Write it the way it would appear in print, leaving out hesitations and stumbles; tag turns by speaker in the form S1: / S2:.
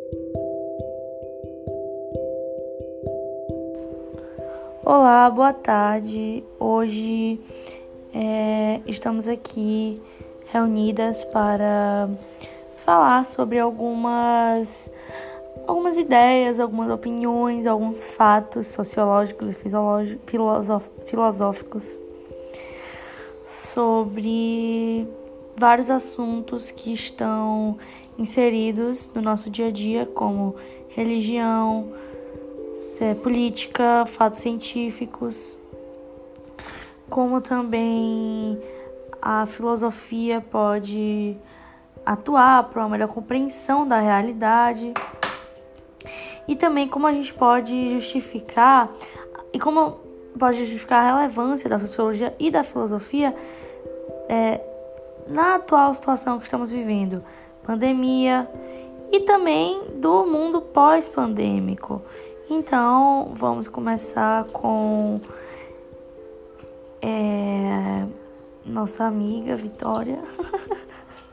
S1: Olá, boa tarde. Hoje estamos aqui reunidas para falar sobre algumas ideias, algumas opiniões, alguns fatos sociológicos e filosóficos sobre vários assuntos que estão inseridos no nosso dia a dia, como religião, política, fatos científicos, como também a filosofia pode atuar para uma melhor compreensão da realidade, e também como a gente pode justificar a relevância da sociologia e da filosofia na atual situação que estamos vivendo, pandemia, e também do mundo pós-pandêmico. Então, vamos começar com nossa amiga Vitória.